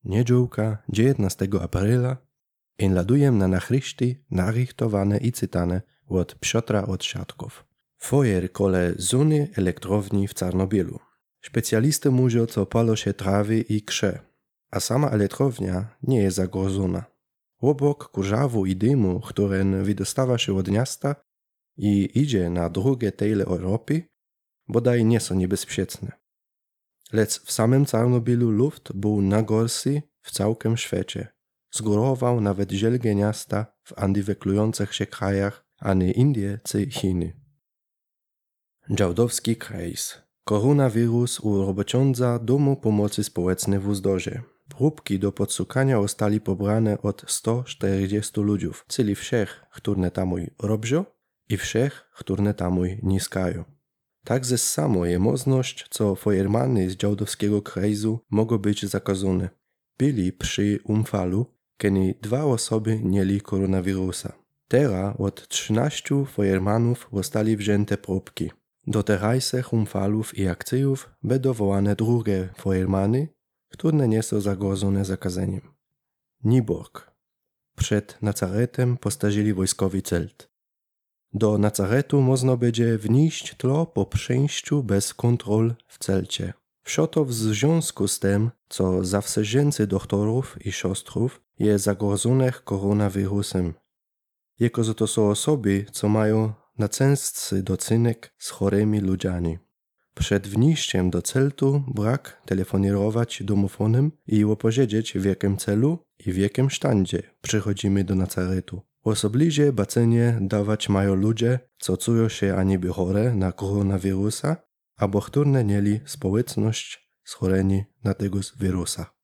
niedziałka 19 apryla i ladujem na nachryszty narychtowane i cytane od Piotra od Siatków. Fojer kole zuny elektrowni w Czarnobylu. Specjalisty mówią, co palo się trawy i krze, a sama elektrownia nie jest zagrożona. Obok kurzawu i dymu, który wydostawa się od miasta i idzie na drugie tyle Europy, bodaj nie są niebezpieczne. Lecz w samym Czarnobylu luft był najgorszy w całym świecie. Zgórował nawet wielkie miasta w antyweklujących się krajach, a nie Indie czy Chiny. Działdowski krajs. Koronawirus u robociądza Domu Pomocy Społecznej w Uzdorze. Próbki do podsukania ostali pobrane od 140 ludzi, czyli wszech, którzy tam robią i wszech, którzy tam niskają. Także samo je możność, co fojermany z Działdowskiego krajzu mogą być zakazane. Byli przy umfalu, kiedy 2 osoby mieli koronawirusa. Teraz od 13 fojermanów zostali wzięte próbki. Do terajszych umfalów i akcyjów będą wołane drugie fojermany, które nie są zagrożone zakazeniem. Niborg. Przed Nazaretem postawili wojskowy celt. Do Nazaretu można będzie wnieść tlo po przejściu bez kontrol w celcie. Wszystko w związku z tym, co zawsze więcej doktorów i siostrów jest zagrożonych koronawirusem. Jako to są osoby, co mają naczęstszy docynek z chorymi ludziami. Przed wniściem do celtu brak telefonować domofonem i opowiedzieć w jakim celu i w jakim stanie przychodzimy do Nazaretu. Osobliwie bacenie dawać mają ludzie, co czują się aniby chore na koronawirusa, albo którzy mieli społeczność schoreni na tego wirusa.